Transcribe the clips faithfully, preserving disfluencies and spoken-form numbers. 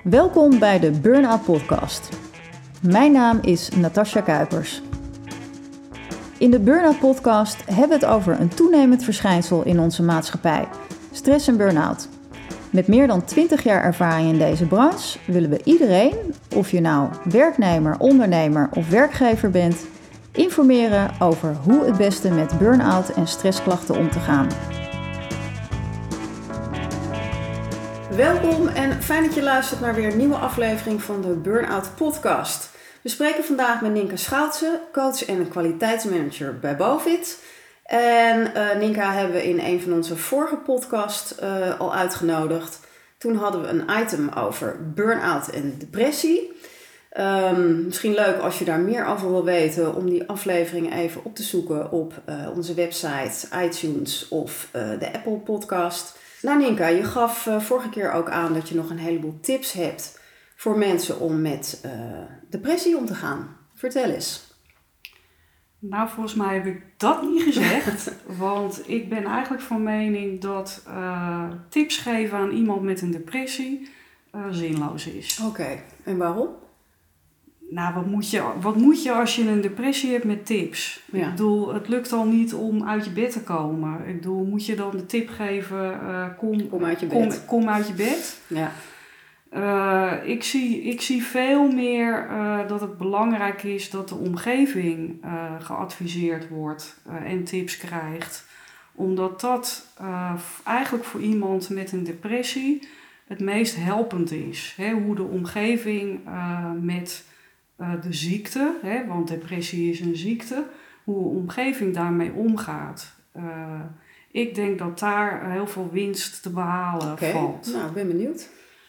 Welkom bij de Burn-out Podcast. Mijn naam is Natasja Kuipers. In de Burn-out Podcast hebben we het over een toenemend verschijnsel in onze maatschappij: stress en burn-out. Met meer dan twintig jaar ervaring in deze branche willen we iedereen, of je nou werknemer, ondernemer of werkgever bent, informeren over hoe het beste met burn-out en stressklachten om te gaan. Welkom en fijn dat je luistert naar weer een nieuwe aflevering van de Burn-out Podcast. We spreken vandaag met Ninka Schoutsen, coach en kwaliteitsmanager bij Bovit. En uh, Ninka hebben we in een van onze vorige podcasts uh, al uitgenodigd. Toen hadden we een item over burn-out en depressie. Um, misschien leuk als je daar meer over wil weten om die aflevering even op te zoeken op uh, onze website, iTunes of uh, de Apple Podcast. Nou Ninka, je gaf uh, vorige keer ook aan dat je nog een heleboel tips hebt voor mensen om met uh, depressie om te gaan. Vertel eens. Nou, volgens mij heb ik dat niet gezegd. Want ik ben eigenlijk van mening dat uh, tips geven aan iemand met een depressie uh, zinloos is. Oké, okay. En waarom? Nou, wat moet, je, wat moet je als je een depressie hebt met tips? Ja. Ik bedoel, het lukt al niet om uit je bed te komen. Ik bedoel, moet je dan de tip geven, uh, kom, kom uit je bed. Kom, kom uit je bed. Ja. Uh, ik, zie, ik zie veel meer uh, dat het belangrijk is dat de omgeving uh, geadviseerd wordt uh, en tips krijgt. Omdat dat uh, eigenlijk voor iemand met een depressie het meest helpend is. Hè? Hoe de omgeving uh, met uh, de ziekte, hè? Want depressie is een ziekte, hoe de omgeving daarmee omgaat. Uh, ik denk dat daar heel veel winst te behalen okay. valt. Nou, ik ben benieuwd.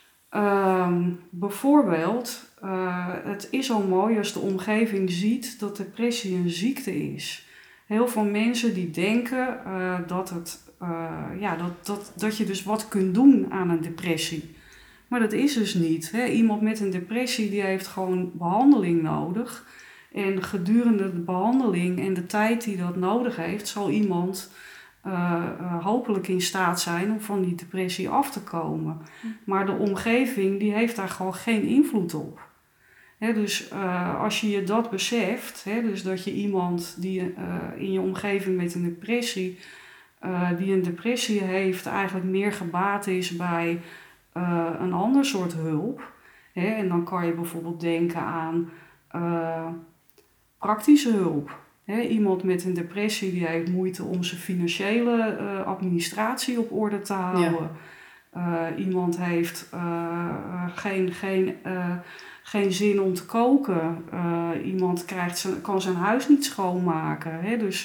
Um, bijvoorbeeld, uh, het is al mooi als de omgeving ziet dat depressie een ziekte is. Heel veel mensen die denken uh, dat, het, uh, ja, dat, dat, dat je dus wat kunt doen aan een depressie. Maar dat is dus niet. Hè? Iemand met een depressie die heeft gewoon behandeling nodig. En gedurende de behandeling en de tijd die dat nodig heeft, zal iemand Uh, uh, hopelijk in staat zijn om van die depressie af te komen. Maar de omgeving die heeft daar gewoon geen invloed op. He, dus uh, als je je dat beseft, he, dus dat je iemand die uh, in je omgeving met een depressie, uh, die een depressie heeft, eigenlijk meer gebaat is bij uh, een ander soort hulp. He, en dan kan je bijvoorbeeld denken aan uh, praktische hulp. He, iemand met een depressie die heeft moeite om zijn financiële uh, administratie op orde te houden. Ja. Uh, iemand heeft uh, uh, geen, geen, uh, geen zin om te koken. Uh, iemand krijgt zijn, kan zijn huis niet schoonmaken. He, dus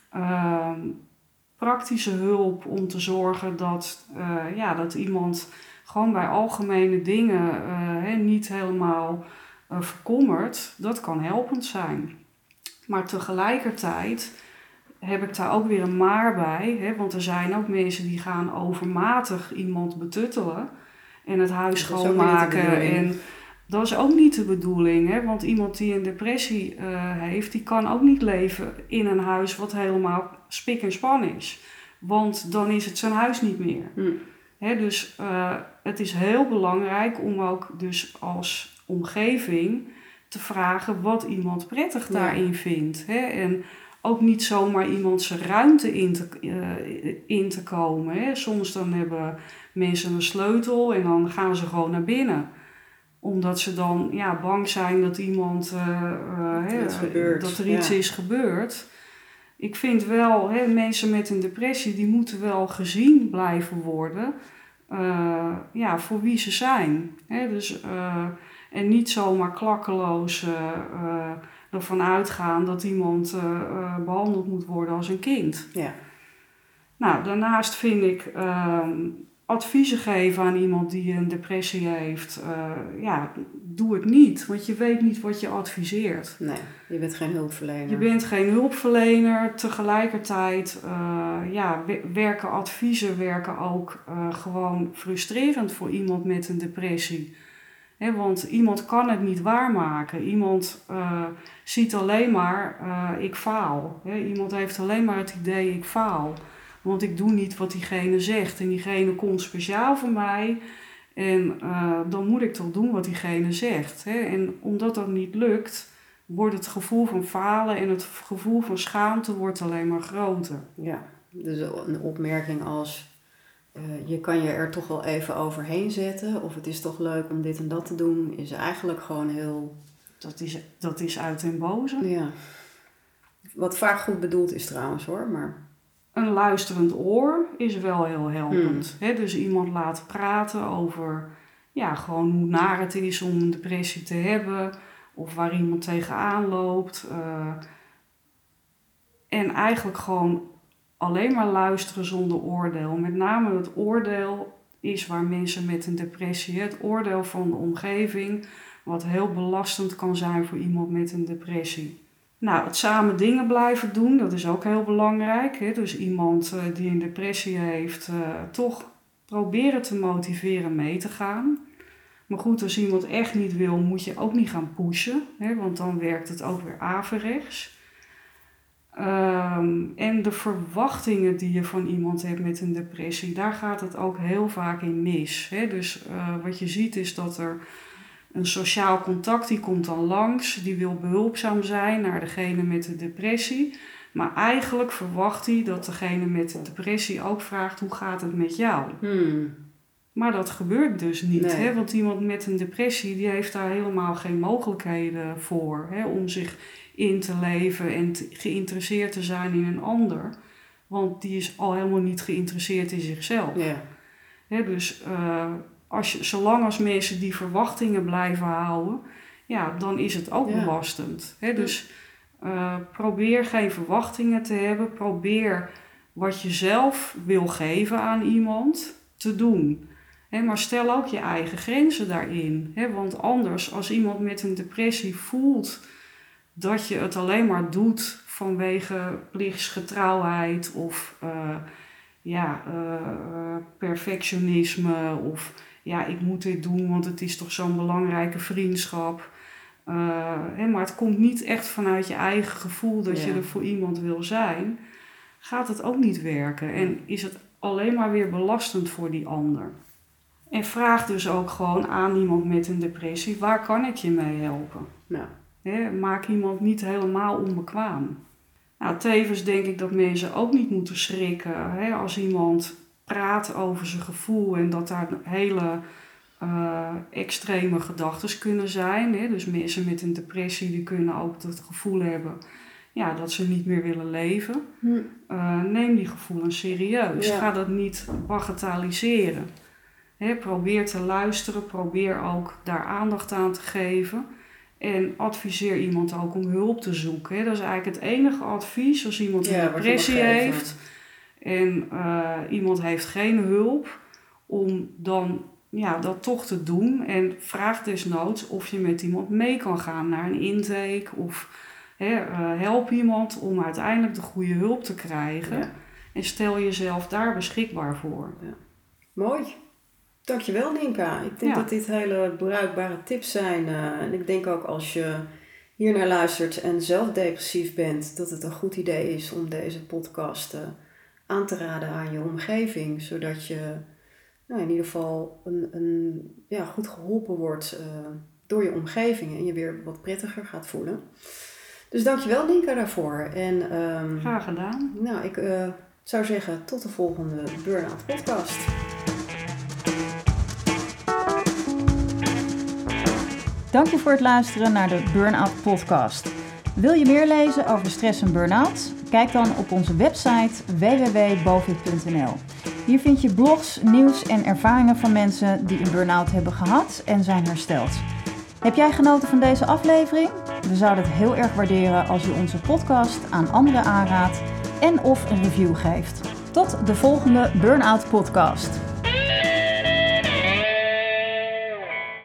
uh, praktische hulp om te zorgen dat, uh, ja, dat iemand gewoon bij algemene dingen uh, he, niet helemaal uh, verkommert. Dat kan helpend zijn. Maar tegelijkertijd heb ik daar ook weer een maar bij. Hè? Want er zijn ook mensen die gaan overmatig iemand betuttelen. En het huis schoonmaken. En dat is ook niet de bedoeling. Hè? Want iemand die een depressie uh, heeft, die kan ook niet leven in een huis wat helemaal spik en span is. Want dan is het zijn huis niet meer. Hmm. Hè? Dus uh, het is heel belangrijk om ook dus als omgeving te vragen wat iemand prettig daarin ja. vindt. Hè? En ook niet zomaar iemand zijn ruimte in te, uh, in te komen. Hè? Soms dan hebben mensen een sleutel en dan gaan ze gewoon naar binnen. Omdat ze dan ja, bang zijn dat iemand uh, uh, hè, dat er iets ja. is gebeurd. Ik vind wel, hè, mensen met een depressie die moeten wel gezien blijven worden. Uh, ja, voor wie ze zijn. Hè? Dus uh, En niet zomaar klakkeloos uh, uh, ervan uitgaan dat iemand uh, uh, behandeld moet worden als een kind. Ja. Nou, daarnaast vind ik uh, adviezen geven aan iemand die een depressie heeft. Uh, ja, doe het niet, want je weet niet wat je adviseert. Nee, je bent geen hulpverlener. Je bent geen hulpverlener. Tegelijkertijd uh, ja, werken adviezen werken ook uh, gewoon frustrerend voor iemand met een depressie. He, want iemand kan het niet waarmaken. Iemand uh, ziet alleen maar, uh, ik faal. He, iemand heeft alleen maar het idee, ik faal. Want ik doe niet wat diegene zegt. En diegene komt speciaal voor mij. En uh, dan moet ik toch doen wat diegene zegt. Hè? En omdat dat niet lukt, wordt het gevoel van falen en het gevoel van schaamte wordt alleen maar groter. Ja, dus een opmerking als uh, je kan je er toch wel even overheen zetten of het is toch leuk om dit en dat te doen, is eigenlijk gewoon heel... Dat is, dat is uit den boze. Ja. Wat vaak goed bedoeld is trouwens hoor, maar... Een luisterend oor is wel heel helpend. Hmm. He, dus iemand laten praten over ja, gewoon hoe naar het is om een depressie te hebben. Of waar iemand tegenaan loopt. Uh, en eigenlijk gewoon alleen maar luisteren zonder oordeel. Met name het oordeel is waar mensen met een depressie... Het oordeel van de omgeving, wat heel belastend kan zijn voor iemand met een depressie. Nou, het samen dingen blijven doen, dat is ook heel belangrijk. Hè? Dus iemand uh, die een depressie heeft, uh, toch proberen te motiveren mee te gaan. Maar goed, als iemand echt niet wil, moet je ook niet gaan pushen. Hè? Want dan werkt het ook weer averechts. Um, en de verwachtingen die je van iemand hebt met een depressie, daar gaat het ook heel vaak in mis. Hè? Dus uh, wat je ziet is dat er... Een sociaal contact die komt dan langs, die wil behulpzaam zijn naar degene met de depressie. Maar eigenlijk verwacht hij dat degene met de depressie ook vraagt, hoe gaat het met jou? Hmm. Maar dat gebeurt dus niet, Nee. hè? Want iemand met een depressie die heeft daar helemaal geen mogelijkheden voor. Hè? Om zich in te leven en te, geïnteresseerd te zijn in een ander. Want die is al helemaal niet geïnteresseerd in zichzelf. Ja. Hè? Dus... Uh, Als je, zolang als mensen die verwachtingen blijven houden, ja, dan is het ook ja. belastend. Hè? Dus uh, probeer geen verwachtingen te hebben. Probeer wat je zelf wil geven aan iemand te doen. Hè? Maar stel ook je eigen grenzen daarin. Hè? Want anders, als iemand met een depressie voelt dat je het alleen maar doet vanwege plichtsgetrouwheid of uh, ja, uh, perfectionisme of... Ja, ik moet dit doen, want het is toch zo'n belangrijke vriendschap. Uh, hè, maar het komt niet echt vanuit je eigen gevoel dat ja. je er voor iemand wil zijn. Gaat het ook niet werken. En is het alleen maar weer belastend voor die ander. En vraag dus ook gewoon aan iemand met een depressie, waar kan ik je mee helpen? Ja. Hè, maak iemand niet helemaal onbekwaam. Nou, tevens denk ik dat mensen ook niet moeten schrikken. Hè, als iemand... praat over zijn gevoel en dat daar hele uh, extreme gedachten kunnen zijn. Hè? Dus mensen met een depressie die kunnen ook het gevoel hebben ja, dat ze niet meer willen leven. Hm. Uh, neem die gevoelens serieus. Ja. Ga dat niet bagatelliseren. Hè? Probeer te luisteren, probeer ook daar aandacht aan te geven. En adviseer iemand ook om hulp te zoeken. Hè? Dat is eigenlijk het enige advies als iemand ja, een depressie heeft... En uh, iemand heeft geen hulp om dan ja, dat toch te doen. En vraag desnoods of je met iemand mee kan gaan naar een intake. Of hè, uh, help iemand om uiteindelijk de goede hulp te krijgen. Ja. En stel jezelf daar beschikbaar voor. Ja. Mooi. Dankjewel Ninka. Ik denk ja. dat dit hele bruikbare tips zijn. Uh, en ik denk ook als je hier naar luistert en zelf depressief bent, dat het een goed idee is om deze podcast uh, aan te raden aan je omgeving, zodat je nou, in ieder geval een, een, ja, goed geholpen wordt uh, door je omgeving en je weer wat prettiger gaat voelen. Dus dankjewel Ninka daarvoor. En, um, Graag gedaan. Nou, ik uh, zou zeggen tot de volgende Burnout podcast. Dank je voor het luisteren naar de Burnout podcast. Wil je meer lezen over stress en burn-out? Kijk dan op onze website w w w punt bovit punt n l. Hier vind je blogs, nieuws en ervaringen van mensen die een burn-out hebben gehad en zijn hersteld. Heb jij genoten van deze aflevering? We zouden het heel erg waarderen als je onze podcast aan anderen aanraadt en of een review geeft. Tot de volgende Burnout podcast.